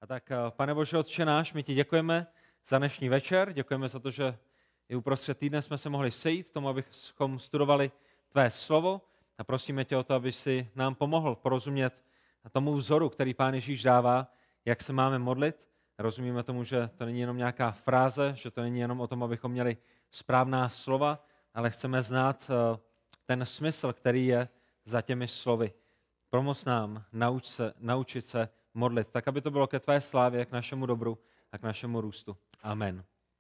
A tak, Pane Bože, Otče náš, my ti děkujeme za dnešní večer, děkujeme za to, že i uprostřed týdne jsme se mohli sejít k tomu, abychom studovali tvé slovo a prosíme tě o to, aby si nám pomohl porozumět tomu vzoru, který Pán Ježíš dává, jak se máme modlit. Rozumíme tomu, že to není jenom nějaká fráze, že to není jenom o tom, abychom měli správná slova, ale chceme znát ten smysl, který je za těmi slovy. Pomoz nám naučit se modlit, tak aby to bylo ke tvé slávě, k našemu dobru a k našemu růstu. Amen.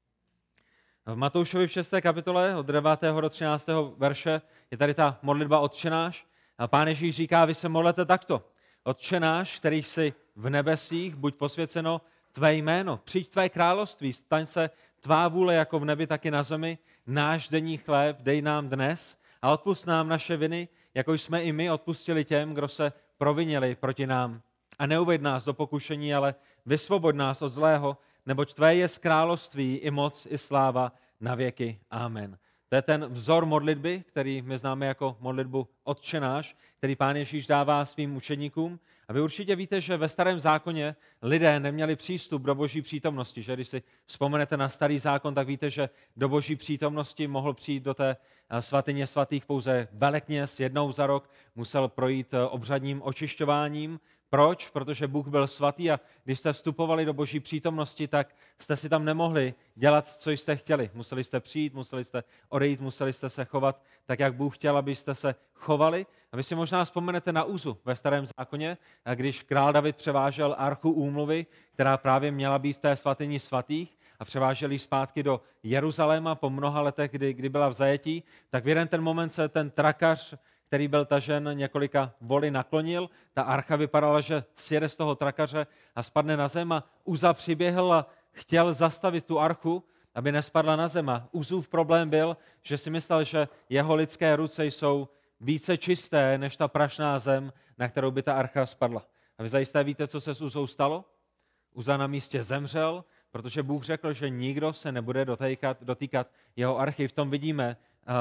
V Matoušovi v 6. kapitole od 9. do 13. verše je tady ta modlitba Otče náš. A Pán Ježíš říká, vy se modlete takto. Otče náš, který jsi v nebesích, buď posvěceno tvé jméno. Přijď tvé království, staň se tvá vůle jako v nebi, tak i na zemi. Náš denní chléb dej nám dnes a odpusť nám naše viny, jako jsme i my odpustili těm, kdo se provinili proti nám. A neuveď nás do pokušení, ale vysvoboď nás od zlého, neboť tvé je království i moc, i sláva na věky. Amen. To je ten vzor modlitby, který my známe jako modlitbu Otče náš, který Pán Ježíš dává svým učeníkům. A vy určitě víte, že ve Starém zákoně lidé neměli přístup do Boží přítomnosti. Že když si vzpomenete na Starý zákon, tak víte, že do Boží přítomnosti mohl přijít do té svatyně svatých pouze velekněz jednou za rok, musel projít obřadním očišťováním. Proč? Protože Bůh byl svatý a když jste vstupovali do Boží přítomnosti, tak jste si tam nemohli dělat, co jste chtěli. Museli jste přijít, museli jste odejít, museli jste se chovat tak, jak Bůh chtěl, abyste se chovali. A vy si možná vzpomenete na Uzu ve Starém zákoně, když král David převážel archu úmluvy, která právě měla být v té svatyni svatých, a převážel ji zpátky do Jeruzaléma po mnoha letech, kdy byla v zajetí, tak v jeden ten moment se ten trakař, který byl tažen několika voly, naklonil. Ta archa vypadala, že sjede z toho trakaře a spadne na zem a Uza přiběhl a chtěl zastavit tu archu, aby nespadla na zem. A Uzův problém byl, že si myslel, že jeho lidské ruce jsou více čisté než ta prašná zem, na kterou by ta archa spadla. A vy zajisté víte, co se s Uzou stalo? Uza na místě zemřel, protože Bůh řekl, že nikdo se nebude dotýkat jeho archy. V tom vidíme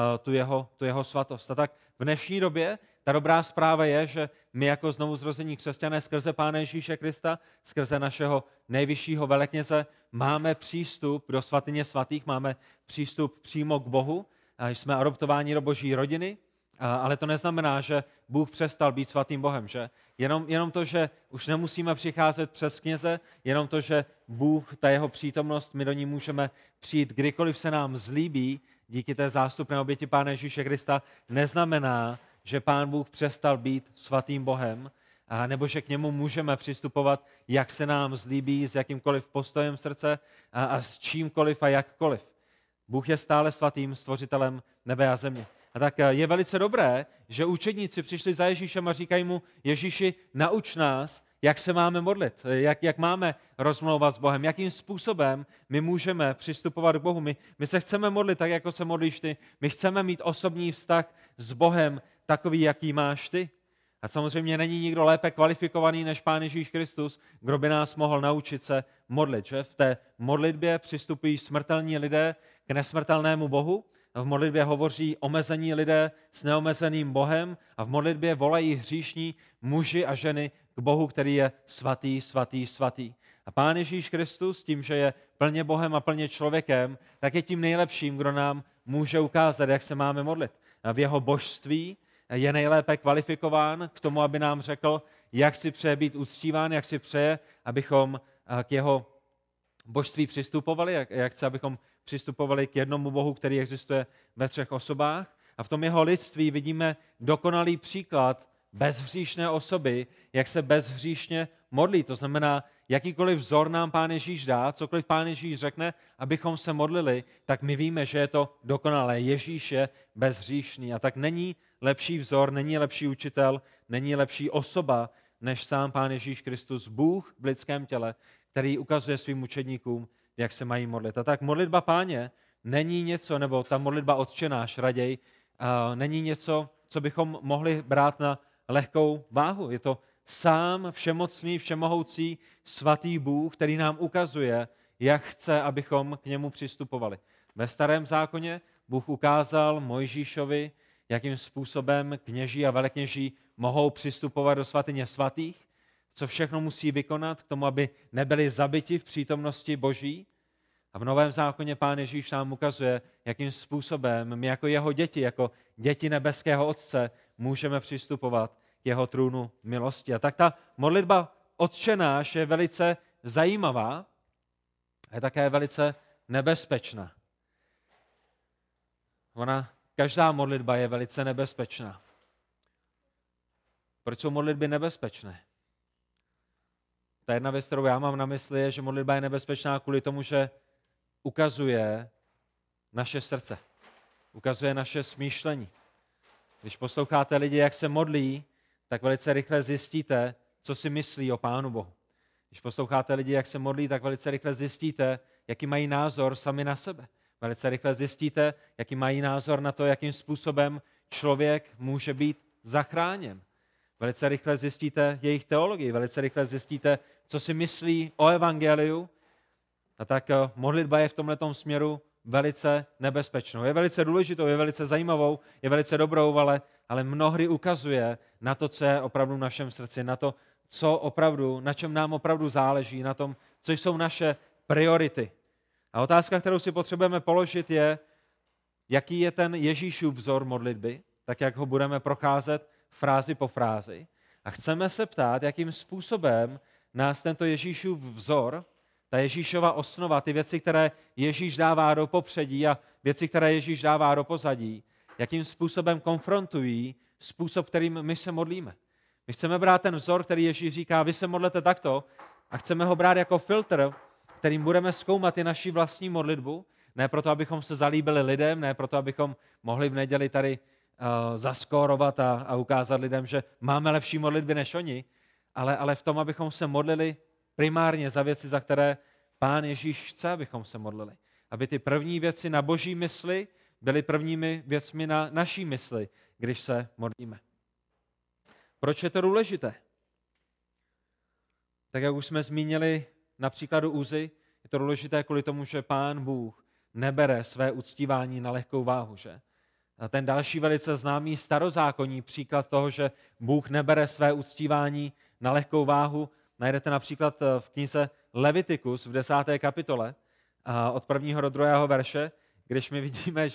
tu jeho svatost. A tak v dnešní době ta dobrá zpráva je, že my jako znovuzrození křesťané skrze Pána Ježíše Krista, skrze našeho nejvyššího velekněze, máme přístup do svatyně svatých, máme přístup přímo k Bohu, jsme adoptováni do Boží rodiny, ale to neznamená, že Bůh přestal být svatým Bohem, že? Jenom to, že už nemusíme přicházet přes kněze, jenom to, že Bůh, ta jeho přítomnost, my do ní můžeme přijít, kdykoliv se nám zlíbí, díky té zástupné oběti Pána Ježíše Krista, neznamená, že Pán Bůh přestal být svatým Bohem, nebo že k němu můžeme přistupovat, jak se nám zlíbí, s jakýmkoliv postojem srdce a s čímkoliv a jakkoliv. Bůh je stále svatým stvořitelem nebe a země. A tak je velice dobré, že učedníci přišli za Ježíšem a říkají mu, Ježíši, nauč nás, jak se máme modlit, jak máme rozmlouvat s Bohem, jakým způsobem my můžeme přistupovat k Bohu. My se chceme modlit tak, jako se modlíš ty. My chceme mít osobní vztah s Bohem takový, jaký máš ty. A samozřejmě není nikdo lépe kvalifikovaný než Pán Ježíš Kristus, kdo by nás mohl naučit se modlit. Že? V té modlitbě přistupují smrtelní lidé k nesmrtelnému Bohu, v modlitbě hovoří omezení lidé s neomezeným Bohem a v modlitbě volají hříšní muži a ženy k Bohu, který je svatý, svatý, svatý. A Pán Ježíš Kristus tím, že je plně Bohem a plně člověkem, tak je tím nejlepším, kdo nám může ukázat, jak se máme modlit. A v jeho božství je nejlépe kvalifikován k tomu, aby nám řekl, jak si přeje být uctíván, jak si přeje, abychom k jeho božství přistupovali, jak chce, abychom přistupovali k jednomu Bohu, který existuje ve 3 osobách. A v tom jeho lidství vidíme dokonalý příklad bezhříšné osoby, jak se bezhříšně modlí. To znamená, jakýkoliv vzor nám Pán Ježíš dá, cokoliv Pán Ježíš řekne, abychom se modlili, tak my víme, že je to dokonalé. Ježíš je bezhříšný. A tak není lepší vzor, není lepší učitel, není lepší osoba, než sám Pán Ježíš Kristus, Bůh v lidském těle, který ukazuje svým učedníkům, jak se mají modlit. A tak modlitba Páně není něco, nebo ta modlitba Otče náš raději, není něco, co bychom mohli brát na lehkou váhu. Je to sám všemocný, všemohoucí, svatý Bůh, který nám ukazuje, jak chce, abychom k němu přistupovali. Ve Starém zákoně Bůh ukázal Mojžíšovi, jakým způsobem kněží a velekněží mohou přistupovat do svatyně svatých, co všechno musí vykonat k tomu, aby nebyli zabiti v přítomnosti Boží. A v Novém zákoně Pán Ježíš nám ukazuje, jakým způsobem my jako jeho děti, jako děti nebeského Otce, můžeme přistupovat k jeho trůnu milosti. A tak ta modlitba Otče náš je velice zajímavá a je také velice nebezpečná. Každá modlitba je velice nebezpečná. Proč jsou modlitby nebezpečné? Ta jedna věc, kterou já mám na mysli, je, že modlitba je nebezpečná kvůli tomu, že ukazuje naše srdce. Ukazuje naše smýšlení. Když posloucháte lidi, jak se modlí, tak velice rychle zjistíte, co si myslí o Pánu Bohu. Když posloucháte lidi, jak se modlí, tak velice rychle zjistíte, jaký mají názor sami na sebe. Velice rychle zjistíte, jaký mají názor na to, jakým způsobem člověk může být zachráněn. Velice rychle zjistíte jejich teologii, velice rychle zjistíte, co si myslí o evangeliu. A tak modlitba je v tomhletom směru velice nebezpečnou. Je velice důležitou, je velice zajímavou, je velice dobrou, ale mnohdy ukazuje na to, co je opravdu v našem srdci, na to, na čem nám opravdu záleží, na tom, co jsou naše priority. A otázka, kterou si potřebujeme položit, je, jaký je ten Ježíšův vzor modlitby, tak jak ho budeme procházet frázi po frázi. A chceme se ptát, jakým způsobem nás tento Ježíšův vzor, ta Ježíšova osnova, ty věci, které Ježíš dává do popředí a věci, které Ježíš dává do pozadí, jakým způsobem konfrontují způsob, kterým my se modlíme. My chceme brát ten vzor, který Ježíš říká, vy se modlete takto, a chceme ho brát jako filtr, kterým budeme zkoumat i naši vlastní modlitbu, ne proto, abychom se zalíbili lidem, ne proto, abychom mohli v neděli tady zaskórovat a ukázat lidem, že máme lepší modlitby než oni, ale v tom, abychom se modlili primárně za věci, za které Pán Ježíš chce, abychom se modlili. Aby ty první věci na Boží mysli byly prvními věcmi na naší mysli, když se modlíme. Proč je to důležité? Tak jak už jsme zmínili na příkladu Uzy, je to důležité kvůli tomu, že Pán Bůh nebere své uctívání na lehkou váhu, že? A ten další velice známý starozákonní příklad toho, že Bůh nebere své uctívání na lehkou váhu, najdete například v knize Levitikus v 10. kapitole od 1. do 2. verše, když my vidíme,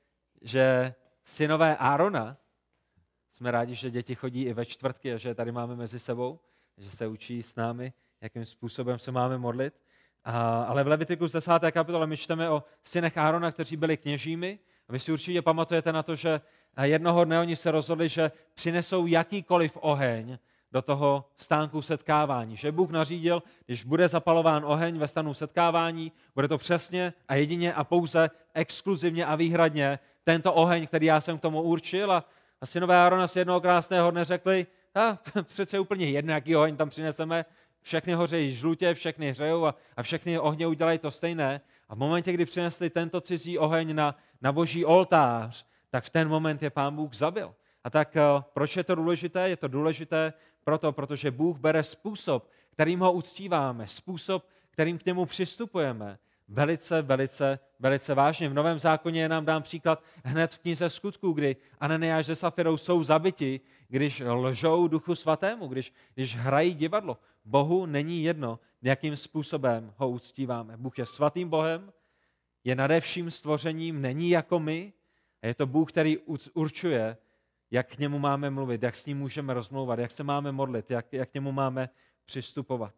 že synové Árona, jsme rádi, že děti chodí i ve čtvrtky a že je tady máme mezi sebou, že se učí s námi, jakým způsobem se máme modlit. Ale v Levitikus 10. kapitole my čteme o synech Árona, kteří byli kněžími. A vy si určitě pamatujete na to, že jednoho dne oni se rozhodli, že přinesou jakýkoliv oheň do toho stánku setkávání. Že Bůh nařídil, když bude zapalován oheň ve stanu setkávání, bude to přesně a jedině a pouze exkluzivně a výhradně tento oheň, který já jsem k tomu určil. A synové Árona si jednoho krásného dne řekli, přece úplně jedno, jaký oheň tam přineseme, všechny hořejí žlutě, všechny hřejou a všechny ohně udělají to stejné. A v momentě, kdy přinesli tento cizí oheň na Boží oltář, tak v ten moment je Pán Bůh zabil. A tak proč je to důležité? Je to důležité protože Bůh bere způsob, kterým ho uctíváme, způsob, kterým k němu přistupujeme, velice, velice, velice vážně. V Novém zákoně je nám dám příklad hned v knize Skutků, kdy Ananiáš se Safirou jsou zabiti, když lžou Duchu Svatému, když hrají divadlo. Bohu není jedno, jakým způsobem ho uctíváme. Bůh je svatým Bohem, je nade vším stvořením, není jako my, a je to Bůh, který určuje, jak k němu máme mluvit, jak s ním můžeme rozmlouvat, jak se máme modlit, jak k němu máme přistupovat.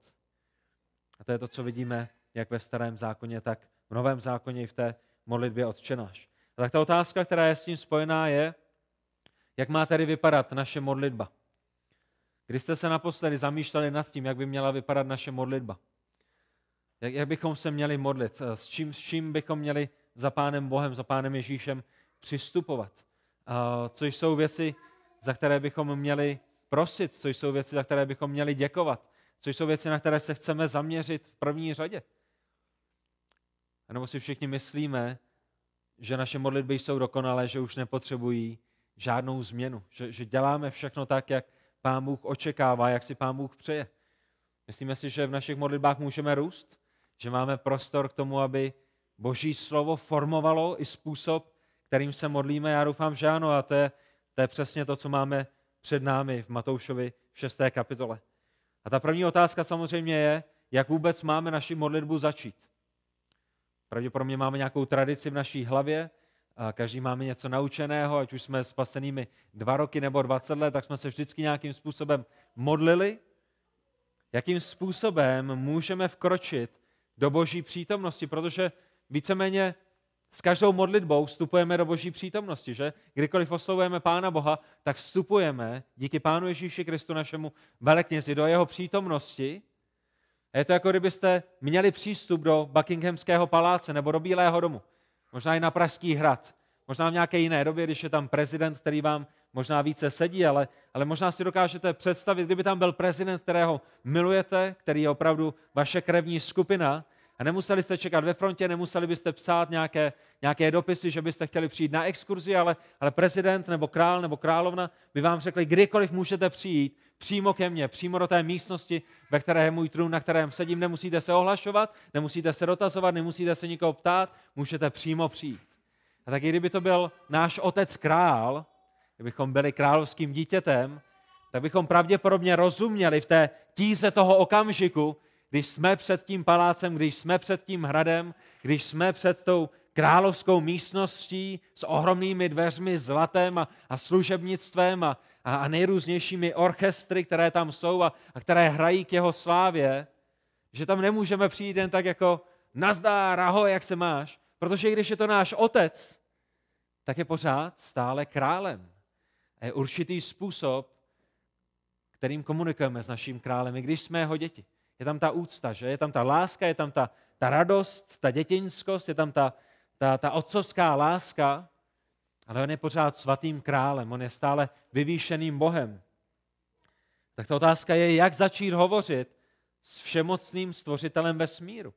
A to je to, co vidíme jak ve Starém zákoně, tak v Novém zákoně i v té modlitbě Otče náš. A tak ta otázka, která je s tím spojená, je, jak má tedy vypadat naše modlitba. Když jste se naposledy zamýšleli nad tím, jak by měla vypadat naše modlitba? Jak bychom se měli modlit? S čím bychom měli za Pánem Bohem, za Pánem Ježíšem přistupovat? Co jsou věci, za které bychom měli prosit? Co jsou věci, za které bychom měli děkovat? Co jsou věci, na které se chceme zaměřit v první řadě? A nebo si všichni myslíme, že naše modlitby jsou dokonalé, že už nepotřebují žádnou změnu, že děláme všechno tak, jak Pán Bůh očekává, jak si Pán Bůh přeje. Myslíme si, že v našich modlitbách můžeme růst, že máme prostor k tomu, aby Boží slovo formovalo i způsob, kterým se modlíme. Já doufám, že ano, a to je přesně to, co máme před námi v Matoušovi v 6. kapitole. A ta první otázka samozřejmě je, jak vůbec máme naši modlitbu začít. Pravděpodobně máme nějakou tradici v naší hlavě, a každý máme něco naučeného, ať už jsme spasenými 2 roky nebo 20 let, tak jsme se vždycky nějakým způsobem modlili. Jakým způsobem můžeme vkročit do Boží přítomnosti, protože víceméně s každou modlitbou vstupujeme do Boží přítomnosti, že? Kdykoliv oslovujeme Pána Boha, tak vstupujeme díky Pánu Ježíši Kristu, našemu veleknězi, do jeho přítomnosti. A je to jako kdybyste měli přístup do Buckinghamského paláce nebo do Bílého domu, možná i na Pražský hrad, možná v nějaké jiné době, když je tam prezident, který vám možná více sedí, ale možná si dokážete představit, kdyby tam byl prezident, kterého milujete, který je opravdu vaše krevní skupina, a nemuseli jste čekat ve frontě, nemuseli byste psát nějaké dopisy, že byste chtěli přijít na exkurzi, ale prezident nebo král nebo královna by vám řekli, kdykoliv můžete přijít přímo ke mně, přímo do té místnosti, ve které je můj trůn, na kterém sedím. Nemusíte se ohlašovat, nemusíte se dotazovat, nemusíte se nikoho ptát, můžete přímo přijít. A tak i kdyby to byl náš otec král, kdybychom byli královským dítětem, tak bychom pravděpodobně rozuměli v té tíze toho okamžiku, když jsme před tím palácem, když jsme před tím hradem, když jsme před tou královskou místností s ohromnými dveřmi, zlatem a služebnictvem a nejrůznějšími orchestry, které tam jsou a které hrají k jeho slávě, že tam nemůžeme přijít jen tak jako nazdar, ahoj, jak se máš, protože když je to náš otec, tak je pořád stále králem. A je určitý způsob, kterým komunikujeme s naším králem, i když jsme jeho děti. Je tam ta úcta, že? Je tam ta láska, je tam ta radost, ta dětinskost, je tam ta otcovská láska, ale on je pořád svatým králem, on je stále vyvýšeným Bohem. Tak ta otázka je, jak začít hovořit s všemocným stvořitelem vesmíru.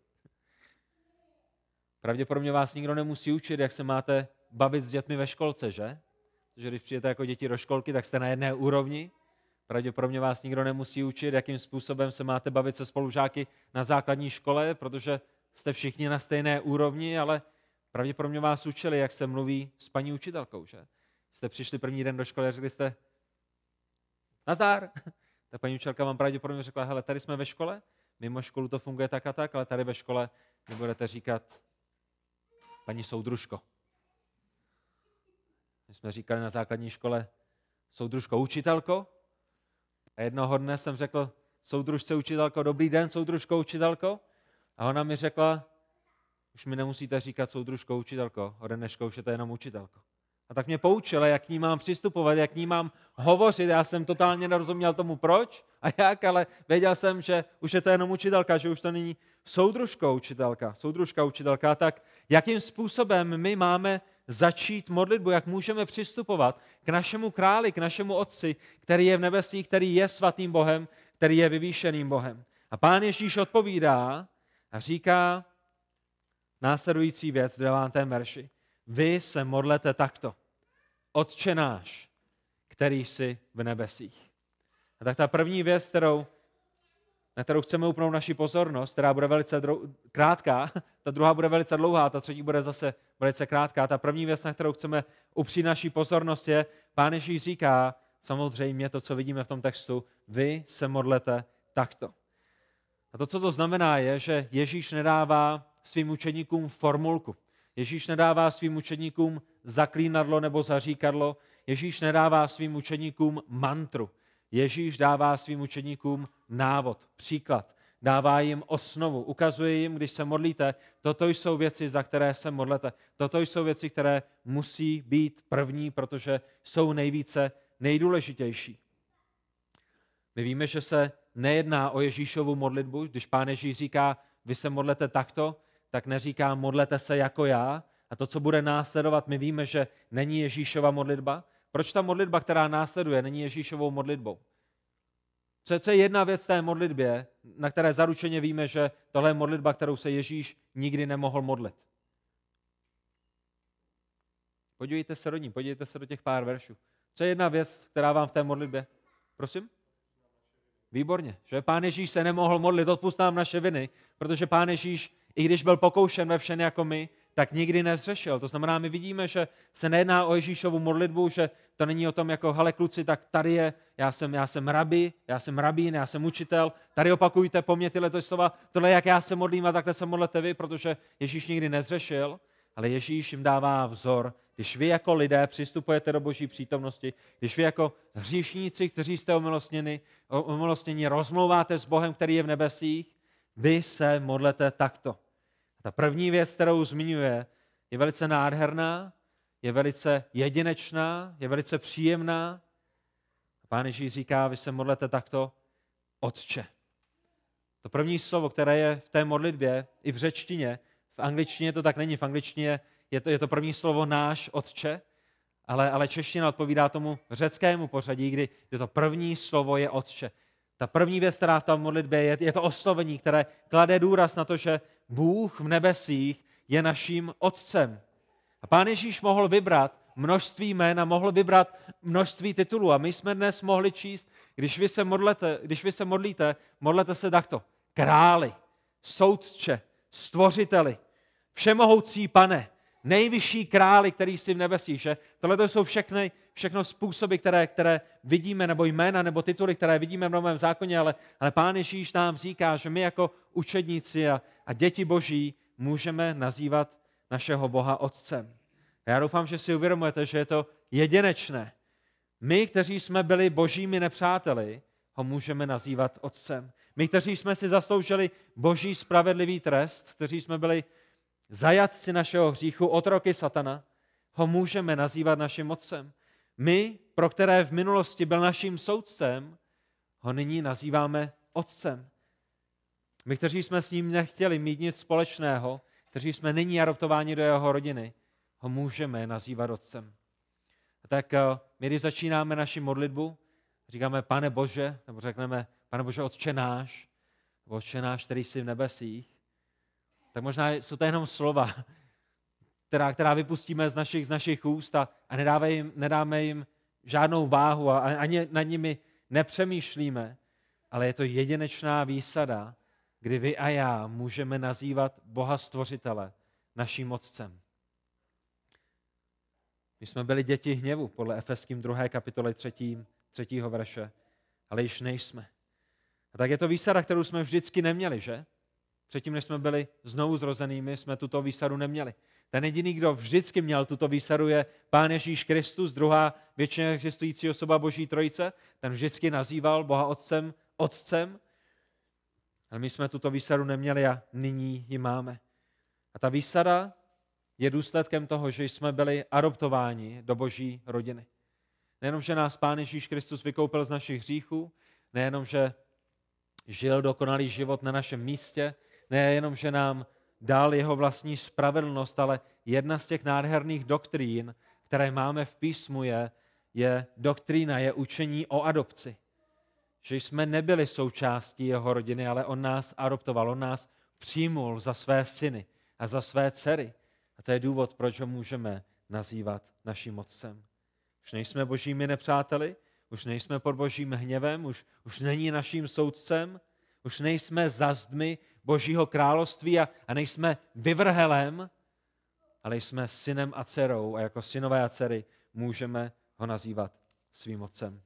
Pravděpodobně vás nikdo nemusí učit, jak se máte bavit s dětmi ve školce, že? Protože když přijete jako děti do školky, tak jste na jedné úrovni. Pravděpodobně vás nikdo nemusí učit, jakým způsobem se máte bavit se spolužáky na základní škole, protože jste všichni na stejné úrovni, ale pravděpodobně vás učili, jak se mluví s paní učitelkou, že? Jste přišli první den do školy a řekli jste nazdar. Ta paní učitelka vám pravděpodobně řekla, hele, tady jsme ve škole, mimo školu to funguje tak a tak, ale tady ve škole nebudete říkat paní soudružko. My jsme říkali na základní škole soudružko, učitelko. A jednoho dne jsem řekl soudružce učitelko, dobrý den, soudružko učitelko. A ona mi řekla, už mi nemusíte říkat soudružko učitelko, ode dneška už je to jenom učitelko. A tak mě poučila, jak k ní mám přistupovat, jak k ní mám hovořit. Já jsem totálně nerozuměl tomu proč a jak, ale věděl jsem, že už je to jenom učitelka, že už to není soudružka učitelka. A tak jakým způsobem my máme začít modlitbu, jak můžeme přistupovat k našemu králi, k našemu otci, který je v nebesích, který je svatým Bohem, který je vyvýšeným Bohem. A Pán Ježíš odpovídá a říká následující věc v 9. verši. Vy se modlete takto. Otče náš, který jsi v nebesích. A tak ta první věc, na kterou chceme upnout naši pozornost, která bude velice krátká, ta druhá bude velice dlouhá, ta třetí bude zase velice krátká. Ta první věc, na kterou chceme upřít naši pozornost, je, Pán Ježíš říká, samozřejmě to, co vidíme v tom textu, vy se modlete takto. A to, co to znamená, je, že Ježíš nedává svým učedníkům formulku. Ježíš nedává svým učedníkům zaklínadlo nebo zaříkadlo. Ježíš nedává svým učedníkům mantru. Ježíš dává svým učedníkům návod, příklad. Dává jim osnovu, ukazuje jim, když se modlíte, toto jsou věci, za které se modlete. Toto jsou věci, které musí být první, protože jsou nejdůležitější. My víme, že se nejedná o Ježíšovu modlitbu. Když Pán Ježíš říká, vy se modlete takto, tak neříká, modlete se jako já. A to, co bude následovat, my víme, že není Ježíšova modlitba. Proč ta modlitba, která následuje, není Ježíšovou modlitbou? Co je jedna věc v té modlitbě, na které zaručeně víme, že tohle je modlitba, kterou se Ježíš nikdy nemohl modlit? Podívejte se do těch pár veršů. Co je jedna věc, která vám v té modlitbě? Prosím? Výborně, že Pán Ježíš se nemohl modlit, odpusť nám naše viny, protože Pán Ježíš, i když byl pokoušen ve všem jako my, tak nikdy nezřešil. To znamená, my vidíme, že se nejedná o Ježíšovu modlitbu, že to není o tom jako, hele kluci, tak tady je, já jsem rabín, já jsem učitel, tady opakujte po mně tyhle slova, tohle jak já se modlím a takhle se modlete vy, protože Ježíš nikdy nezřešil, ale Ježíš jim dává vzor. Když vy jako lidé přistupujete do Boží přítomnosti, když vy jako hříšníci, kteří jste omilostněni, rozmlouváte s Bohem, který je v nebesích, vy se modlete takto. Ta první věc, kterou zmiňuje, je velice nádherná, je velice jedinečná, je velice příjemná. Pán Ježíš říká, vy se modlete takto, Otče. To první slovo, které je v té modlitbě, i v řečtině, v angličtině to tak není, v angličtině je to první slovo náš Otče, ale čeština odpovídá tomu řeckému pořadí, kdy to první slovo je Otče. Ta první věc, která v té modlitbě je to oslovení, které klade důraz na to, že Bůh v nebesích je naším Otcem. A Pán Ježíš mohl vybrat množství jmén a mohl vybrat množství titulů. A my jsme dnes mohli číst, když vy se modlíte, modlete se takto. Králi, soudče, stvořiteli, všemohoucí Pane, nejvyšší králi, který jsi v nebesích. Že? Tohle to jsou všechno způsoby, které vidíme, nebo jména, nebo tituly, které vidíme v Novém zákoně, ale Pán Ježíš nám říká, že my jako učedníci a děti Boží můžeme nazývat našeho Boha Otcem. A já doufám, že si uvědomujete, že je to jedinečné. My, kteří jsme byli božími nepřáteli, ho můžeme nazývat Otcem. My, kteří jsme si zasloužili boží spravedlivý trest, kteří jsme byli zajatci našeho hříchu, otroky satana, ho můžeme nazývat naším Otcem. My, pro které v minulosti byl naším soudcem, ho nyní nazýváme Otcem. My, kteří jsme s ním nechtěli mít nic společného, kteří jsme nyní adoptováni do jeho rodiny, ho můžeme nazývat Otcem. A tak my, když začínáme naši modlitbu, říkáme Pane Bože, nebo řekneme Pane Bože Otče náš, nebo Otče náš, který jsi v nebesích, tak možná jsou to jenom slova, která vypustíme z našich úst a nedáme jim žádnou váhu a ani nad nimi nepřemýšlíme, ale je to jedinečná výsada, kdy vy a já můžeme nazývat Boha Stvořitele naším Otcem. My jsme byli děti hněvu podle Efeským 2. kapitoly 3. verše, ale již nejsme. A tak je to výsada, kterou jsme vždycky neměli, že? Předtím, než jsme byli znovu zrozenými, jsme tuto výsadu neměli. Ten jediný, kdo vždycky měl tuto výsadu, je Pán Ježíš Kristus, druhá věčně existující osoba Boží Trojice. Ten vždycky nazýval Boha Otcem, ale my jsme tuto výsadu neměli a nyní ji máme. A ta výsada je důsledkem toho, že jsme byli adoptováni do Boží rodiny. Nejenom, že nás Pán Ježíš Kristus vykoupil z našich hříchů, nejenom, že žil dokonalý život na našem místě, nejenom, že nám dal jeho vlastní spravedlnost, ale jedna z těch nádherných doktrín, které máme v písmu, je doktrína, je učení o adopci. Že jsme nebyli součástí jeho rodiny, ale on nás adoptoval, on nás přijmul za své syny a za své dcery. A to je důvod, proč ho můžeme nazývat naším Otcem. Už nejsme božími nepřáteli, už nejsme pod božím hněvem, už není naším soudcem, už nejsme za zdmi Božího království a nejsme vyvrhelem, ale jsme synem a dcerou a jako synové a dcery můžeme ho nazývat svým Otcem.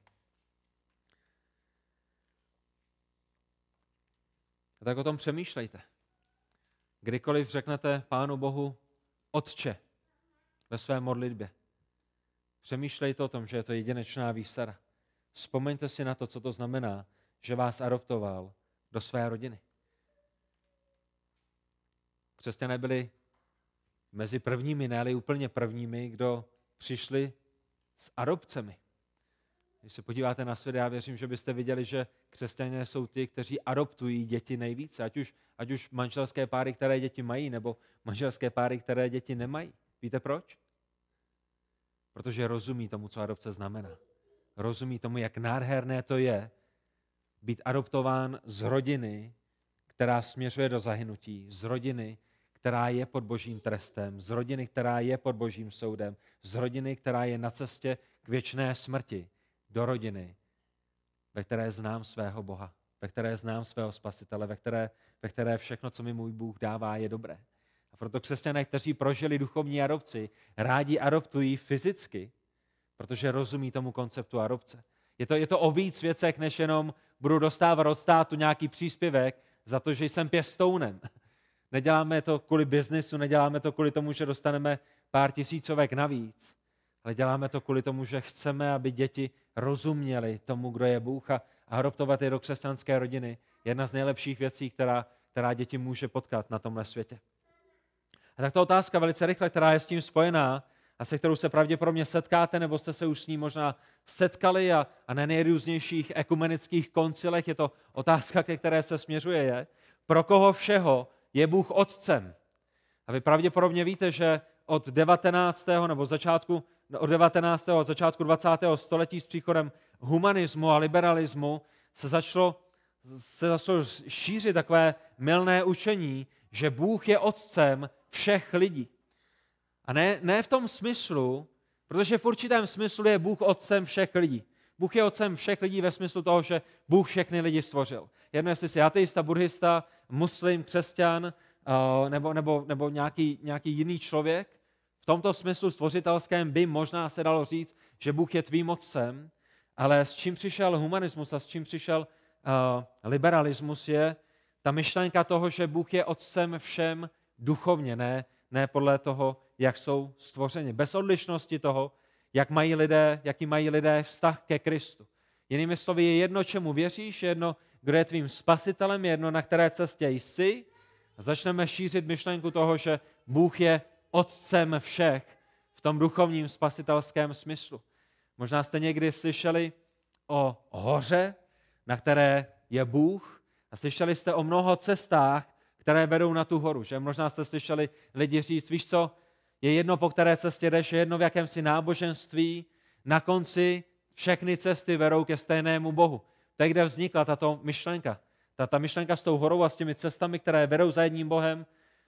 A tak o tom přemýšlejte. Kdykoliv řeknete Pánu Bohu Otče ve své modlitbě, přemýšlejte o tom, že je to jedinečná výsada. Vzpomeňte si na to, co to znamená, že vás adoptoval do své rodiny. Křesťané byli mezi prvními, ne-li úplně prvními, kdo přišli s adopcemi. Když se podíváte na svět, já věřím, že byste viděli, že křesťané jsou ti, kteří adoptují děti nejvíce. Ať už manželské páry, které děti mají, nebo manželské páry, které děti nemají. Víte proč? Protože rozumí tomu, co adopce znamená. Rozumí tomu, jak nádherné to je být adoptován z rodiny, která směřuje do zahynutí, z rodiny, která je pod božím trestem, z rodiny, která je pod božím soudem, z rodiny, která je na cestě k věčné smrti, do rodiny, ve které znám svého Boha, ve které znám svého Spasitele, ve které všechno, co mi můj Bůh dává, je dobré. A Proto křesťané, kteří prožili duchovní adopci, rádi adoptují fyzicky, protože rozumí tomu konceptu adopce. Je to o víc věcech, než jenom budu dostávat od státu nějaký příspěvek za to, že jsem pěstounem. Neděláme to kvůli biznisu, neděláme to kvůli tomu, že dostaneme pár tisícovek navíc, ale děláme to kvůli tomu, že chceme, aby děti rozuměly tomu, kdo je Bůh, a adoptovat je do křesťanské rodiny. Jedna z nejlepších věcí, která děti může potkat na tomhle světě. A tak ta otázka velice rychle, která je s tím spojená a se kterou se pravděpodobně setkáte, nebo jste se už s ní možná setkali a na nejrůznějších ekumenických koncilech, je to otázka, ke které se směřuje, je, pro koho všeho je Bůh otcem. A vy pravděpodobně víte, že od 19. nebo od 19. a začátku 20. století s příchodem humanismu a liberalismu se začalo šířit takové mylné učení, že Bůh je otcem všech lidí. A ne v tom smyslu, protože v určitém smyslu je Bůh otcem všech lidí. Bůh je otcem všech lidí ve smyslu toho, že Bůh všechny lidi stvořil. Jedno, jestli jsi ateista, buddhista, muslim, křesťan nebo nějaký jiný člověk. V tomto smyslu stvořitelském by možná se dalo říct, že Bůh je tvým otcem, ale s čím přišel humanismus a s čím přišel liberalismus je ta myšlenka toho, že Bůh je otcem všem duchovně, ne podle toho, jak jsou stvořeni. Bez odlišnosti toho, jaký mají lidé vztah ke Kristu. Jinými slovy, je jedno, čemu věříš, je jedno, kdo je tvým spasitelem, je jedno, na které cestě jsi. A začneme šířit myšlenku toho, že Bůh je otcem všech v tom duchovním spasitelském smyslu. Možná jste někdy slyšeli o hoře, na které je Bůh, a slyšeli jste o mnoho cestách, které vedou na tu horu. Že? Možná jste slyšeli lidi říct, víš co, je jedno, po které cestě jdeš, je jedno, v jakém si náboženství, na konci všechny cesty vedou ke stejnému Bohu. To je, kde vznikla tato myšlenka. Ta myšlenka s tou horou a s těmi cestami, které vedou za jedním Bohem,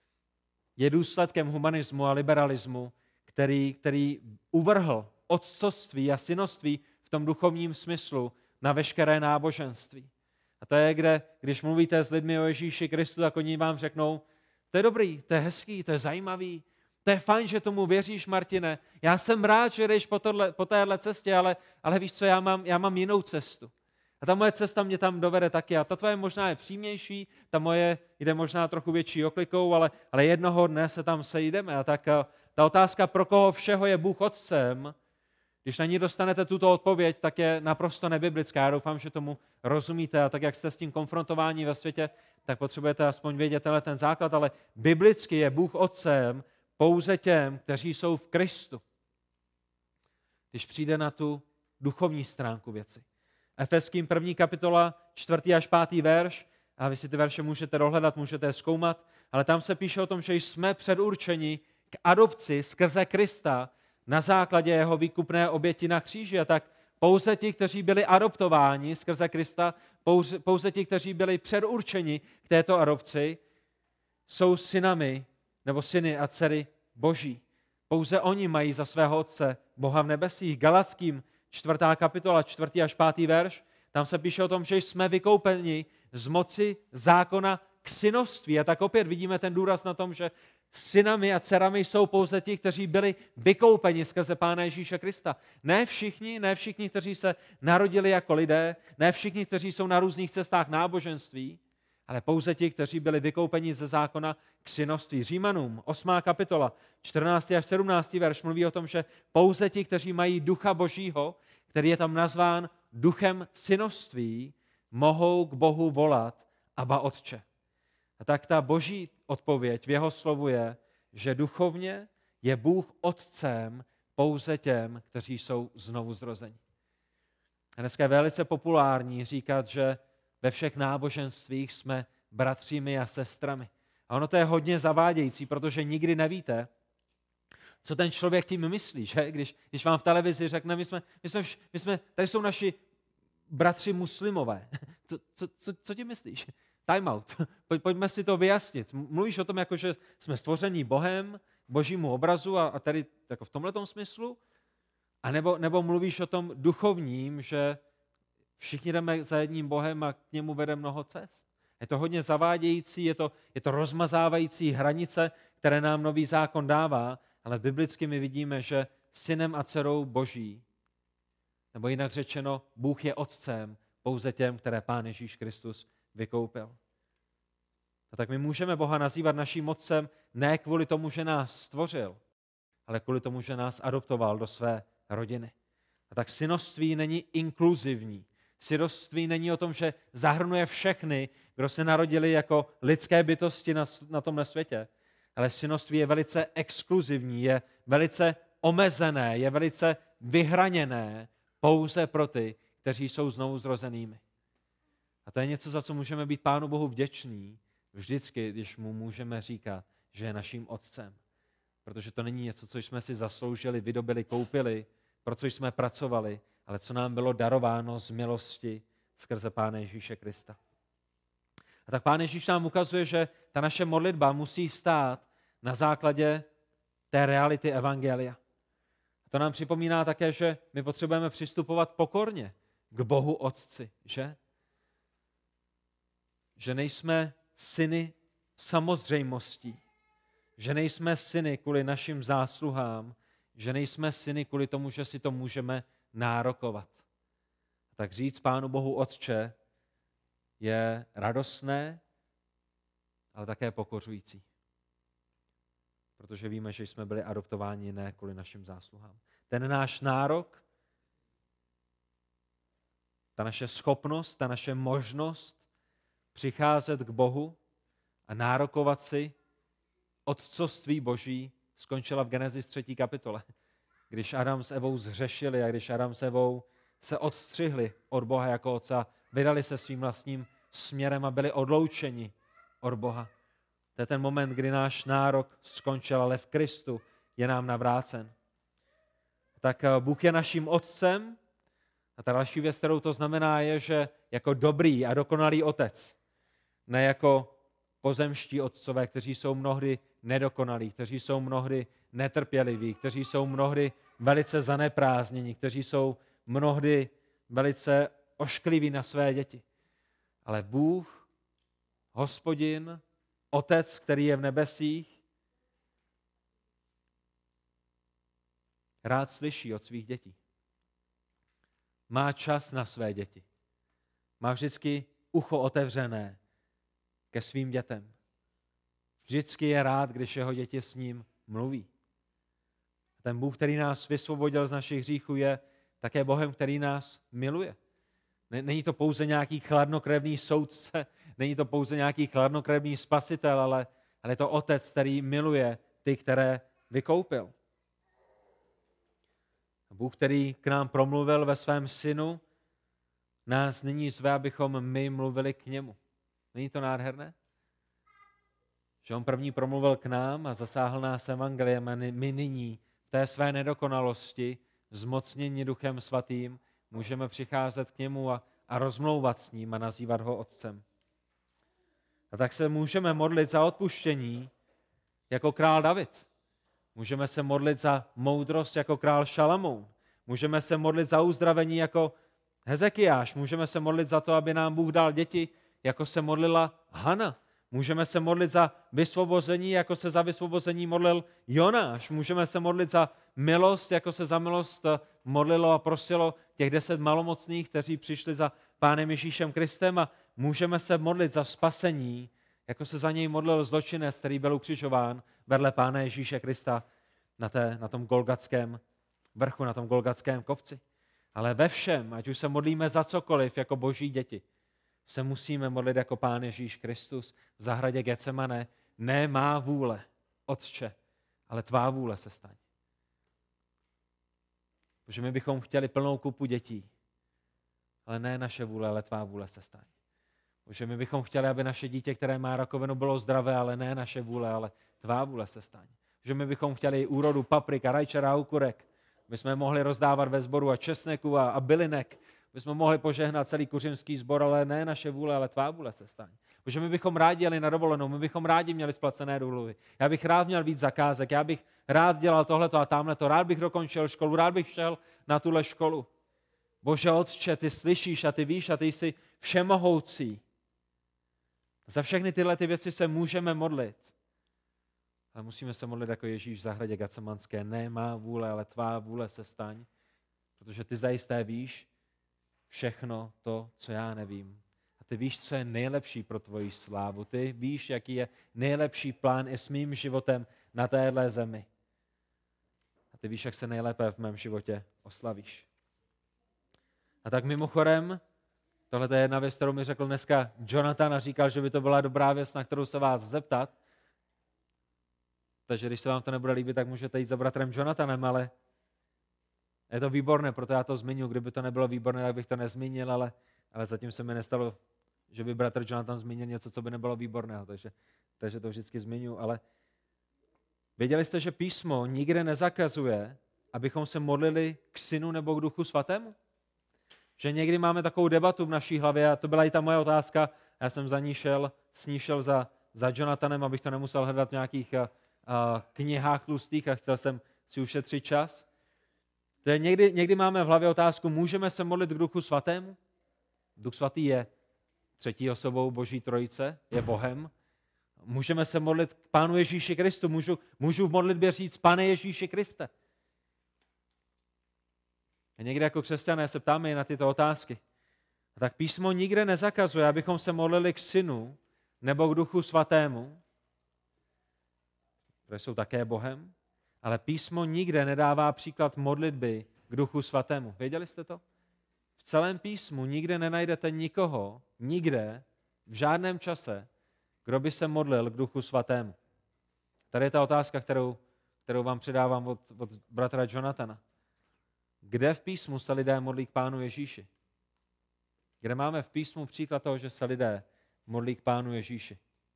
je důsledkem humanismu a liberalismu, který uvrhl otcovství a synoství v tom duchovním smyslu na veškeré náboženství. A to je, když mluvíte s lidmi o Ježíši Kristu, tak oni vám řeknou, to je dobrý, to je hezký, to je zajímavý, to je fajn, že tomu věříš, Martine. Já jsem rád, že jdeš po téhle cestě, ale víš co, já mám jinou cestu. A ta moje cesta mě tam dovede taky. A ta tvoje možná je přímější, ta moje jde možná trochu větší oklikou, ale jednoho dne se tam sejdeme. A tak ta otázka, pro koho všeho je Bůh otcem, když na ní dostanete tuto odpověď, tak je naprosto nebiblická. Já doufám, že tomu rozumíte a tak, jak jste s tím konfrontováni ve světě, tak potřebujete aspoň vědět ten základ, ale biblicky je Bůh otcem pouze těm, kteří jsou v Kristu. Když přijde na tu duchovní stránku věci. Efeským 1. kapitola, 4. až 5. verš, a vy si ty verše můžete dohledat, můžete je zkoumat, ale tam se píše o tom, že jsme předurčeni k adopci skrze Krista na základě jeho výkupné oběti na kříži. A tak pouze ti, kteří byli adoptováni skrze Krista, pouze ti, kteří byli předurčeni k této adopci, jsou synami nebo syny a dcery Boží. Pouze oni mají za svého otce Boha v nebesích. Galackým 4. kapitola, 4. až 5. verš, tam se píše o tom, že jsme vykoupeni z moci zákona k synoství. A tak opět vidíme ten důraz na tom, že synami a dcerami jsou pouze ti, kteří byli vykoupeni skrze Pána Ježíše Krista. Ne všichni, kteří se narodili jako lidé, ne všichni, kteří jsou na různých cestách náboženství, ale pouze ti, kteří byli vykoupeni ze zákona k synoství. Římanům 8. kapitola, 14. až 17. verš mluví o tom, že pouze ti, kteří mají ducha Božího, který je tam nazván duchem synoství, mohou k Bohu volat Abba Otče. A tak ta Boží odpověď v jeho slovu je, že duchovně je Bůh otcem pouze těm, kteří jsou znovu zrozeni. A dneska je velice populární říkat, že ve všech náboženstvích jsme bratřími a sestrami. A ono to je hodně zavádějící, protože nikdy nevíte, co ten člověk tím myslí, že? Když vám v televizi řekne, my jsme tady jsou naši bratři muslimové. Co tím myslíš? Time out. Pojďme si to vyjasnit. Mluvíš o tom, jako že jsme stvoření Bohem, Božímu obrazu a tady jako v tomhletom smyslu? A nebo mluvíš o tom duchovním, že všichni jdeme za jedním Bohem a k němu vede mnoho cest? Je to hodně zavádějící, je to rozmazávající hranice, které nám nový zákon dává, ale biblicky my vidíme, že synem a dcerou Boží, nebo jinak řečeno, Bůh je otcem pouze těm, které Pán Ježíš Kristus vykoupil. A tak my můžeme Boha nazývat naším otcem ne kvůli tomu, že nás stvořil, ale kvůli tomu, že nás adoptoval do své rodiny. A tak synoství není inkluzivní. Synoství není o tom, že zahrnuje všechny, kdo se narodili jako lidské bytosti na tomhle světě. Ale synoství je velice exkluzivní, je velice omezené, je velice vyhraněné pouze pro ty, kteří jsou znovu zrozenými. A to je něco, za co můžeme být Pánu Bohu vděční vždycky, když mu můžeme říkat, že je naším otcem. Protože to není něco, co jsme si zasloužili, vydobili, koupili, pro co jsme pracovali, ale co nám bylo darováno z milosti skrze Pána Ježíše Krista. A tak Pán Ježíš nám ukazuje, že ta naše modlitba musí stát na základě té reality evangelia. A to nám připomíná také, že my potřebujeme přistupovat pokorně k Bohu Otci, že? Že nejsme syny samozřejmostí, že nejsme syny kvůli našim zásluhám, že nejsme syny kvůli tomu, že si to můžeme nárokovat. Tak říct Pánu Bohu Otče je radostné, ale také pokořující. Protože víme, že jsme byli adoptováni ne kvůli našim zásluhám. Ten náš nárok, ta naše schopnost, ta naše možnost přicházet k Bohu a nárokovat si otcovství Boží skončila v Genesis 3. kapitole, když Adam s Evou zhřešili a když Adam s Evou se odstřihli od Boha jako otce, vydali se svým vlastním směrem a byli odloučeni od Boha. To je ten moment, kdy náš nárok skončil, ale v Kristu je nám navrácen. Tak Bůh je naším otcem a ta další věc, kterou to znamená, je, že jako dobrý a dokonalý otec, ne jako pozemští otcové, kteří jsou mnohdy nedokonalí, kteří jsou mnohdy netrpěliví, kteří jsou mnohdy velice zaneprázdnění, kteří jsou mnohdy velice oškliví na své děti. Ale Bůh, Hospodin, Otec, který je v nebesích, rád slyší od svých dětí. Má čas na své děti. Má vždycky ucho otevřené ke svým dětem. Vždycky je rád, když jeho děti s ním mluví. Ten Bůh, který nás vysvobodil z našich hříchů, je také Bohem, který nás miluje. Není to pouze nějaký chladnokrevný soudce, není to pouze nějaký chladnokrevný spasitel, ale je to Otec, který miluje ty, které vykoupil. Bůh, který k nám promluvil ve svém synu, nás nyní zve, abychom my mluvili k němu. Není to nádherné? Že on první promluvil k nám a zasáhl nás evangeliem a my nyní v té své nedokonalosti, zmocnění Duchem Svatým, můžeme přicházet k němu a rozmlouvat s ním a nazývat ho otcem. A tak se můžeme modlit za odpuštění jako král David. Můžeme se modlit za moudrost jako král Šalamoun. Můžeme se modlit za uzdravení jako Hezekiáš. Můžeme se modlit za to, aby nám Bůh dal děti, jako se modlila Hana. Můžeme se modlit za vysvobození, jako se za vysvobození modlil Jonáš. Můžeme se modlit za milost, jako se za milost modlilo a prosilo těch 10 malomocných, kteří přišli za Pánem Ježíšem Kristem, a můžeme se modlit za spasení, jako se za něj modlil zločinec, který byl ukřižován vedle Pána Ježíše Krista na tom Golgatském vrchu, na tom Golgatském kopci. Ale ve všem, ať už se modlíme za cokoliv jako Boží děti, se musíme modlit jako Pán Ježíš Kristus v zahradě Getsemane. Ne má vůle, Otče, ale tvá vůle se staň. Protože my bychom chtěli plnou kupu dětí, ale ne naše vůle, ale tvá vůle se staň. Protože my bychom chtěli, aby naše dítě, které má rakovinu, bylo zdravé, ale ne naše vůle, ale tvá vůle se staň. Že my bychom chtěli úrodu paprika, rajčera a okurek, my jsme mohli rozdávat ve sboru a česneku a bylinek, my jsme mohli požehnat celý kuřimský sbor, ale ne naše vůle, ale tvá vůle se staň. Protože my bychom rádi jeli na dovolenou, my bychom rádi měli splacené dluhy. Já bych rád měl víc zakázek, já bych rád dělal tohleto a tamhleto, rád bych dokončil školu, rád bych šel na tuhle školu. Bože Otče, ty slyšíš a ty víš a ty jsi všemohoucí. Za všechny tyhle ty věci se můžeme modlit. Ale musíme se modlit jako Ježíš v zahradě Getsemanské. Ne má vůle, ale tvá vůle se staň. Protože ty zajisté víš všechno to, co já nevím. A ty víš, co je nejlepší pro tvoji slávu. Ty víš, jaký je nejlepší plán i s mým životem na téhle zemi. A ty víš, jak se nejlépe v mém životě oslavíš. A tak mimochodem, tohle je jedna věc, kterou mi řekl dneska Jonathan a říkal, že by to byla dobrá věc, na kterou se vás zeptat. Takže když se vám to nebude líbit, tak můžete jít za bratrem Jonathanem, ale je to výborné, proto já to zmiňuji. Kdyby to nebylo výborné, tak bych to nezmínil, ale zatím se mi nestalo, že by bratr Jonathan zmínil něco, co by nebylo výborného, takže to vždycky zmiňuji. Ale věděli jste, že písmo nikde nezakazuje, abychom se modlili k Synu nebo k Duchu Svatému? Že někdy máme takovou debatu v naší hlavě a to byla i ta moje otázka. Já jsem za ní šel za Jonathanem, abych to nemusel hledat v nějakých knihách tlustých a chtěl jsem si ušetřit čas. Někdy máme v hlavě otázku, můžeme se modlit k Duchu Svatému? Duch Svatý je třetí osobou Boží trojice, je Bohem. Můžeme se modlit k Pánu Ježíši Kristu. Můžu v modlitbě říct Pane Ježíši Kriste. A někdy jako křesťané se ptáme i na tyto otázky. A tak písmo nikde nezakazuje, abychom se modlili k Synu nebo k Duchu Svatému, které jsou také Bohem, ale písmo nikde nedává příklad modlitby k Duchu Svatému. Věděli jste to? V celém písmu nikde nenajdete nikoho, nikde, v žádném čase, kdo by se modlil k Duchu Svatému. Tady je ta otázka, kterou vám předávám od bratra Jonathana. Kde v písmu se lidé modlí k Pánu Ježíši? Kde máme v písmu příklad toho, že se lidé modlí k Pánu Ježíši?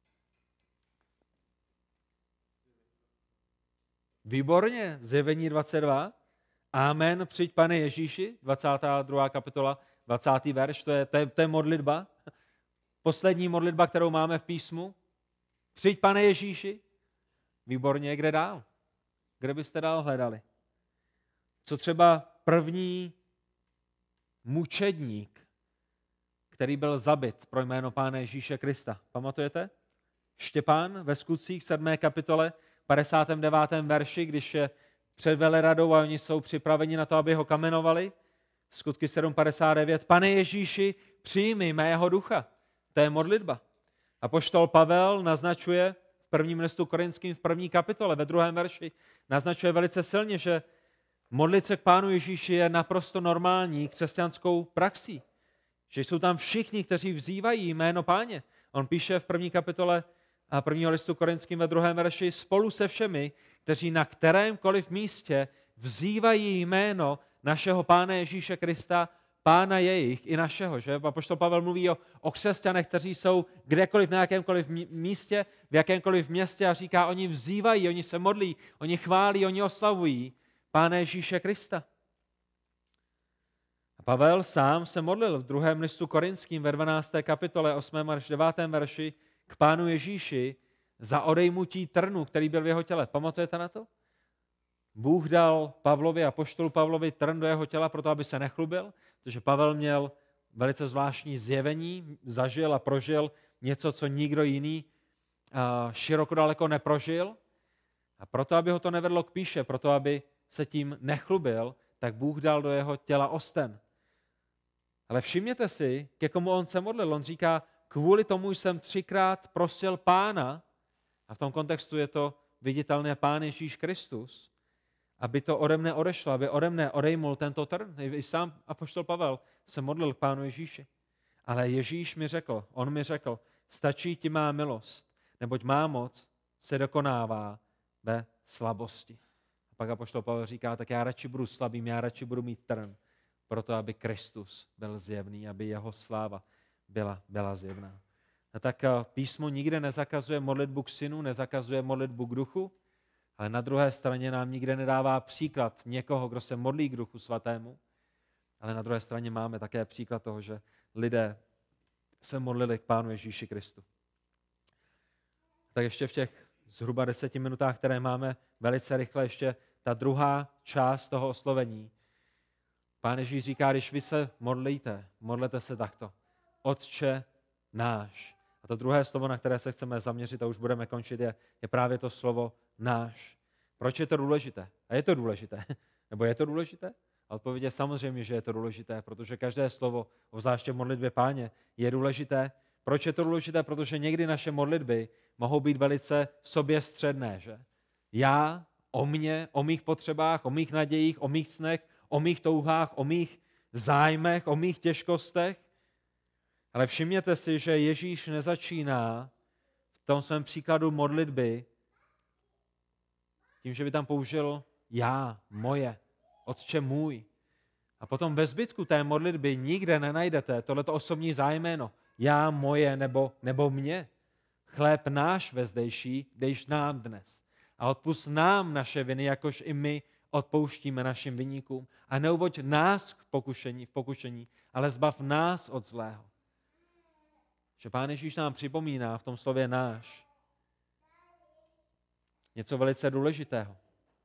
Výborně, Zjevení 22. Amen, přijď Pane Ježíši, 22. kapitola, 20. verš, to je modlitba. Poslední modlitba, kterou máme v písmu. Přijď Pane Ježíši. Výborně, kde dál? Kde byste dál hledali? Co třeba první mučedník, který byl zabit pro jméno Pána Ježíše Krista. Pamatujete? Štěpán ve Skutcích 7. kapitole 59. verši, když je před veleradou a oni jsou připraveni na to, aby ho kamenovali. Skutky 7.59. Pane Ježíši, přijmi mého ducha. To je modlitba. Apoštol Pavel naznačuje v prvním listu Korinským v 1. kapitole ve 2. verši, naznačuje velice silně, že modlit se k Pánu Ježíši je naprosto normální křesťanskou praxí. Že jsou tam všichni, kteří vzývají jméno Páně. On píše v 1. kapitole a 1. listu Korinským ve 2. verši spolu se všemi, kteří na kterémkoliv místě vzývají jméno našeho Pána Ježíše Krista, Pána jejich i našeho. Že? Apoštol Pavel mluví o křesťanech, kteří jsou kdekoliv na jakémkoliv místě, v jakémkoliv městě a říká, oni vzývají, oni se modlí, oni chválí, oni oslavují Pána Ježíše Krista. A Pavel sám se modlil v 2. listu Korinským ve 12. kapitole 8. až 9. verši k Pánu Ježíši za odejmutí trnu, který byl v jeho těle. Pamatujete na to? Bůh dal Pavlovi, apoštolu Pavlovi, trn do jeho těla proto, aby se nechlubil, protože Pavel měl velice zvláštní zjevení, zažil a prožil něco, co nikdo jiný široko daleko neprožil. A proto, aby ho to nevedlo k píše, proto, aby se tím nechlubil, tak Bůh dal do jeho těla osten. Ale všimněte si, ke komu on se modlil. On říká, kvůli tomu jsem 3krát prosil Pána, a v tom kontextu je to viditelné Pán Ježíš Kristus, aby to ode mne odešlo, aby ode mne odejmul tento trn. I sám apoštol Pavel se modlil k Pánu Ježíši. Ale Ježíš mi řekl, on mi řekl, stačí ti má milost, neboť má moc se dokonává ve slabosti. A pak apoštol Pavel říká, tak já radši budu slabým, já radši budu mít trn, proto aby Kristus byl zjevný, aby jeho sláva byla zjevná. A tak písmo nikde nezakazuje modlitbu k synu, nezakazuje modlitbu k duchu, ale na druhé straně nám nikde nedává příklad někoho, kdo se modlí k Duchu Svatému, ale na druhé straně máme také příklad toho, že lidé se modlili k Pánu Ježíši Kristu. Tak ještě v těch zhruba 10 minutách, které máme, velice rychle ještě ta druhá část toho oslovení. Pán Ježíš říká, když vy se modlíte, modlete se takto. Otče náš. A to druhé slovo, na které se chceme zaměřit a už budeme končit, je právě to slovo náš. Proč je to důležité? A je to důležité. Nebo je to důležité? A odpověď je samozřejmě, že je to důležité, protože každé slovo, obzvláště v modlitbě Páně, je důležité. Proč je to důležité? Protože někdy naše modlitby mohou být velice soběstředné, že? Já, o mně, o mých potřebách, o mých nadějích, o mých snech, o mých touhách, o mých zájmech, o mých těžkostech. Ale všimněte si, že Ježíš nezačíná v tom svém příkladu modlitby tím, že by tam použil já, moje, Otče můj. A potom ve zbytku té modlitby nikde nenajdete tohleto osobní zájméno. Já, moje nebo mě. Chléb náš vezdejší, dejš nám dnes. A odpusť nám naše viny, jakož i my odpouštíme našim viníkům. A neuvoď nás v pokušení, ale zbav nás od zlého. Že Pán Ježíš nám připomíná v tom slově náš něco velice důležitého.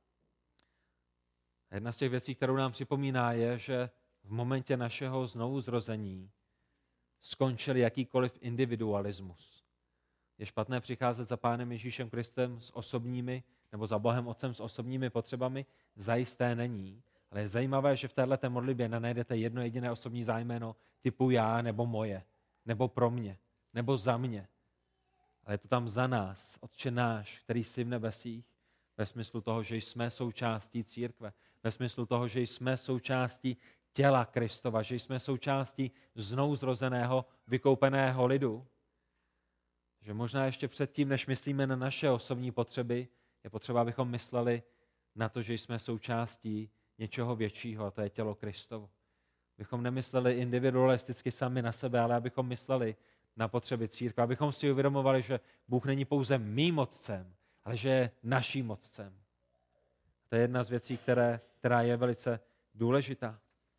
A jedna z těch věcí, kterou nám připomíná, je, že v momentě našeho znovuzrození skončil jakýkoliv individualismus. Je špatné přicházet za Pánem Ježíšem Kristem s osobními, nebo za Bohem Otcem s osobními potřebami? Zajisté není. Ale je zajímavé, že v této modlitbě nenajdete jedno jediné osobní zájmeno typu já nebo moje, nebo pro mě, nebo za mě. Ale je to tam za nás, Otče náš, který jsi v nebesích, ve smyslu toho, že jsme součástí církve, ve smyslu toho, že jsme součástí těla Kristova, že jsme součástí znovuzrozeného, vykoupeného lidu. Že možná ještě předtím, než myslíme na naše osobní potřeby, je potřeba, abychom mysleli na to, že jsme součástí něčeho většího, a to je tělo Kristovo. Abychom nemysleli individualisticky sami na sebe, ale abychom mysleli na potřeby církve, abychom si uvědomovali, že Bůh není pouze mým otcem, ale že je naším otcem. To je jedna z věcí, která je velice důležitá.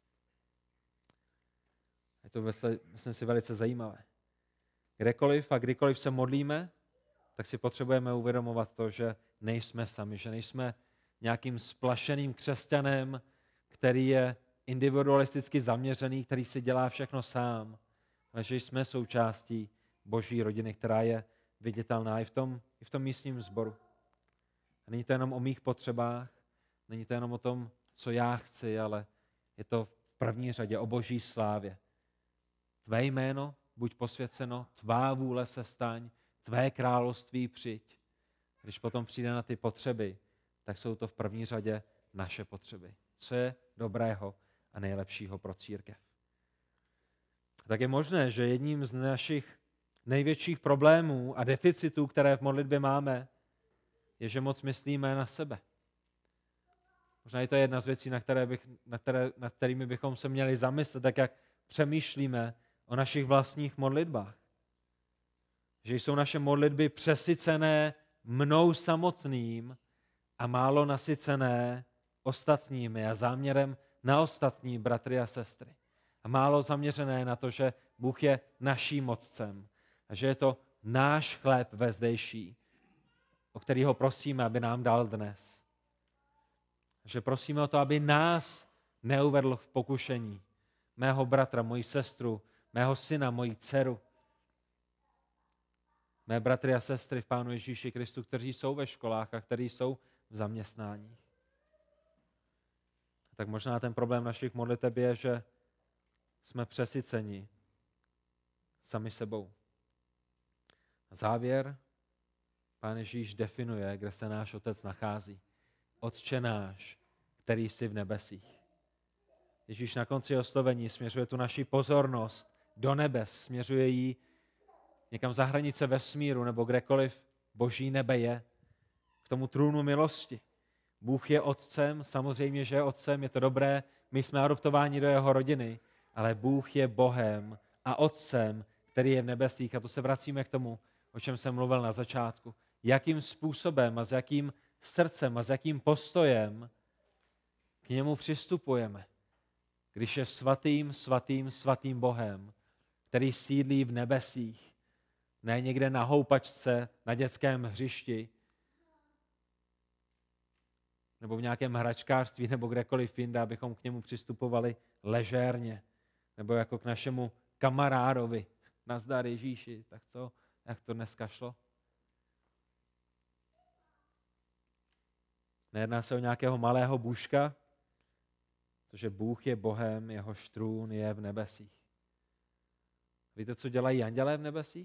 Je to, myslím si, velice zajímavé. Kdekoliv a kdykoliv se modlíme, tak si potřebujeme uvědomovat to, že nejsme sami, že nejsme nějakým splašeným křesťanem, který je individualisticky zaměřený, který si dělá všechno sám, ale že jsme součástí Boží rodiny, která je viditelná i v tom místním sboru. A není to jenom o mých potřebách, není to jenom o tom, co já chci, ale je to v první řadě o Boží slávě. Tvé jméno buď posvěceno, tvá vůle se staň, tvé království přijď. Když potom přijde na ty potřeby, tak jsou to v první řadě naše potřeby. Co je dobrého a nejlepšího pro církev. Tak je možné, že jedním z našich největších problémů a deficitů, které v modlitbě máme, je, že moc myslíme na sebe. Možná je to jedna z věcí, nad kterými bychom se měli zamyslet, tak jak přemýšlíme o našich vlastních modlitbách. Že jsou naše modlitby přesycené mnou samotným a málo nasycené ostatními a záměrem na ostatní bratry a sestry. A málo zaměřené na to, že Bůh je naším otcem a že je to náš chléb vezdejší, o který ho prosíme, aby nám dal dnes. Že prosíme o to, aby nás neuvedl v pokušení. Mého bratra, moji sestru, mého syna, moji dceru. Mé bratry a sestry v Pánu Ježíši Kristu, kteří jsou ve školách a kteří jsou v zaměstnáních. Tak možná ten problém našich modliteb je, že jsme přesyceni sami sebou. A závěr, Pán Ježíš definuje, kde se náš Otec nachází. Otče náš, který jsi v nebesích. Ježíš na konci oslovení směřuje tu naši pozornost do nebes, směřuje ji někam za hranice vesmíru nebo kdekoliv Boží nebe je, k tomu trůnu milosti. Bůh je otcem, samozřejmě, že je otcem, je to dobré, my jsme adoptováni do jeho rodiny, ale Bůh je Bohem a otcem, který je v nebesích. A to se vracíme k tomu, o čem jsem mluvil na začátku. Jakým způsobem a s jakým srdcem a s jakým postojem k němu přistupujeme, když je svatým, svatým, svatým Bohem, který sídlí v nebesích, ne někde na houpačce, na dětském hřišti, nebo v nějakém hračkářství, nebo kdekoliv jinde, abychom k němu přistupovali ležérně, nebo jako k našemu kamarádovi. Nazdar Ježíši, tak co? jak to dneska šlo? Nejedná se o nějakého malého bůžka, protože Bůh je Bohem, jeho trůn je v nebesích. Víte, co dělají andělé v nebesích?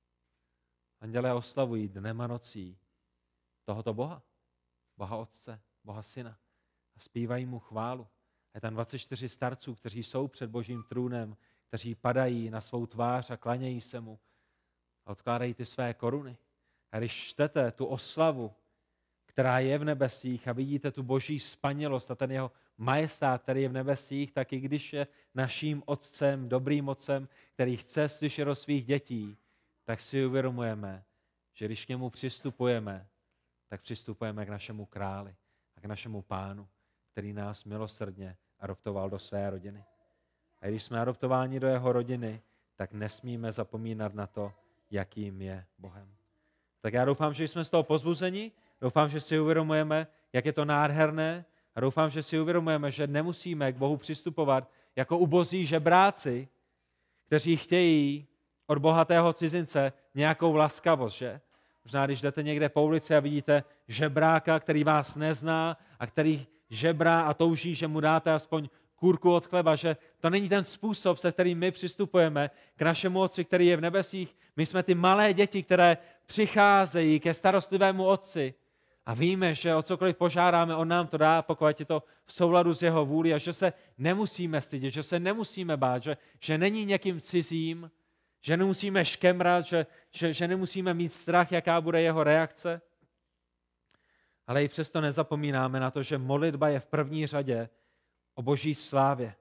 Andělé oslavují dnem a nocí tohoto Boha. Boha Otce, Boha Syna. A zpívají mu chválu. Je tam 24 starců, kteří jsou před Božím trůnem, kteří padají na svou tvář a klanějí se mu a odkládají ty své koruny. A když čtete tu oslavu, která je v nebesích a vidíte tu Boží spanělost a ten jeho majestát, který je v nebesích, tak i když je naším Otcem, dobrým Otcem, který chce slyšet o svých dětí, tak si uvědomujeme, že když k němu přistupujeme, tak přistupujeme k našemu králi a k našemu Pánu, který nás milosrdně adoptoval do své rodiny. A když jsme adoptováni do jeho rodiny, tak nesmíme zapomínat na to, jakým je Bohem. Tak já doufám, že jsme z toho pozbuzeni, doufám, že si uvědomujeme, jak je to nádherné a doufám, že si uvědomujeme, že nemusíme k Bohu přistupovat jako ubozí žebráci, kteří chtějí od bohatého cizince nějakou laskavost, že? Možná, když jdete někde po ulici a vidíte žebráka, který vás nezná a který žebrá a touží, že mu dáte aspoň kůrku od chleba, že to není ten způsob, se kterým my přistupujeme k našemu Otci, který je v nebesích. My jsme ty malé děti, které přicházejí ke starostlivému Otci a víme, že o cokoliv požádáme, on nám to dá, pokud je to v souladu s jeho vůlí a že se nemusíme stydět, že se nemusíme bát, že není někým cizím, že nemusíme škemrat, že nemusíme mít strach, jaká bude jeho reakce. Ale i přesto nezapomínáme na to, že modlitba je v první řadě o Boží slávě,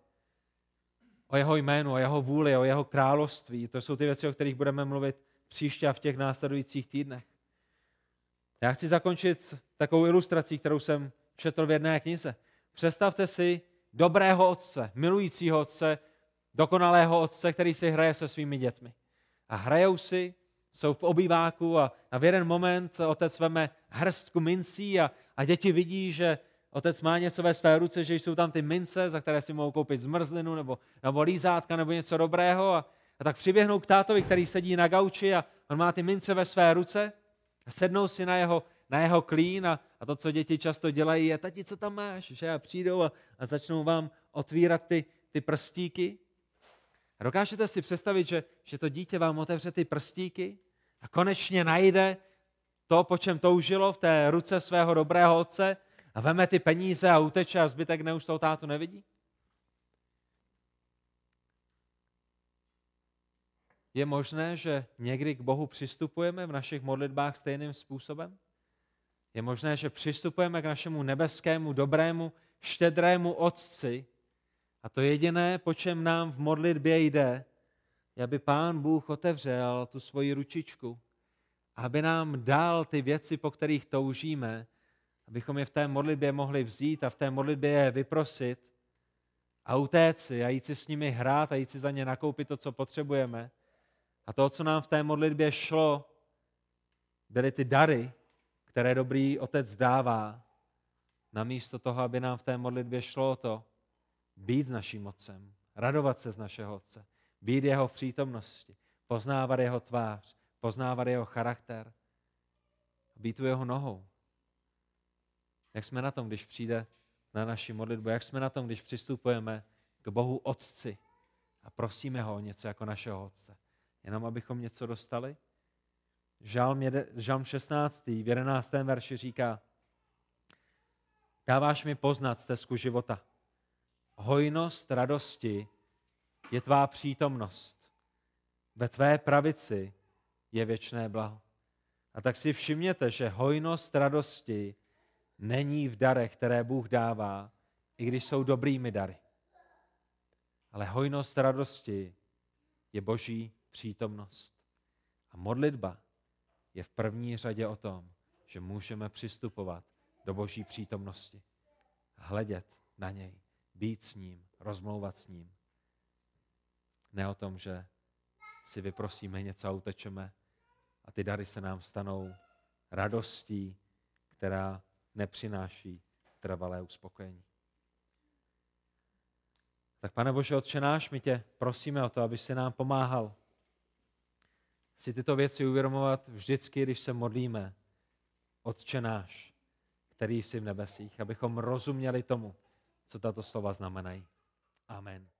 o jeho jménu, o jeho vůli, o jeho království. To jsou ty věci, o kterých budeme mluvit příště a v těch následujících týdnech. Já chci zakončit takovou ilustrací, kterou jsem četl v jedné knize. Představte si dobrého otce, milujícího otce, dokonalého otce, který si hraje se svými dětmi. A hrajou si, jsou v obýváku a v jeden moment otec veme hrstku mincí a děti vidí, že otec má něco ve své ruce, že jsou tam ty mince, za které si mohou koupit zmrzlinu nebo lízátka nebo něco dobrého a tak přiběhnou k tátovi, který sedí na gauči a on má ty mince ve své ruce a sednou si na jeho klín a to, co děti často dělají, je tati, co tam máš? Že? A přijdou a začnou vám otvírat ty prstíky. A dokážete si představit, že to dítě vám otevře ty prstíky a konečně najde to, po čem toužilo v té ruce svého dobrého otce a veme ty peníze a uteče a zbytek dne už toho tátu nevidí? Je možné, že někdy k Bohu přistupujeme v našich modlitbách stejným způsobem? Je možné, že přistupujeme k našemu nebeskému, dobrému, štědrému Otci a to jediné, po čem nám v modlitbě jde, je, aby Pán Bůh otevřel tu svoji ručičku, aby nám dal ty věci, po kterých toužíme, abychom je v té modlitbě mohli vzít a v té modlitbě je vyprosit a utéct si a jít si s nimi hrát a jít si za ně nakoupit to, co potřebujeme. A to, co nám v té modlitbě šlo, byly ty dary, které dobrý Otec dává, namísto toho, aby nám v té modlitbě šlo o to, být s naším Otcem, radovat se z našeho Otce, být jeho v přítomnosti, poznávat jeho tvář, poznávat jeho charakter, být u jeho nohou. Jak jsme na tom, když přijde na naši modlitbu, jak jsme na tom, když přistupujeme k Bohu Otci a prosíme ho o něco jako našeho Otce. Jenom abychom něco dostali? Žalm 16. v 11. verši říká: dáváš mi poznat stezku života. Hojnost radosti je tvá přítomnost. Ve tvé pravici je věčné blaho. A tak si všimněte, že hojnost radosti není v darech, které Bůh dává, i když jsou dobrými dary. Ale hojnost radosti je Boží přítomnost. A modlitba je v první řadě o tom, že můžeme přistupovat do Boží přítomnosti, hledět na něj, být s ním, rozmlouvat s ním. Ne o tom, že si vyprosíme něco a utečeme a ty dary se nám stanou radostí, která nepřináší trvalé uspokojení. Tak Pane Bože, Otče náš, my tě prosíme o to, aby si nám pomáhal si tyto věci uvědomovat vždycky, když se modlíme. Otče náš, který jsi v nebesích, abychom rozuměli tomu, co tato slova znamenají. Amen.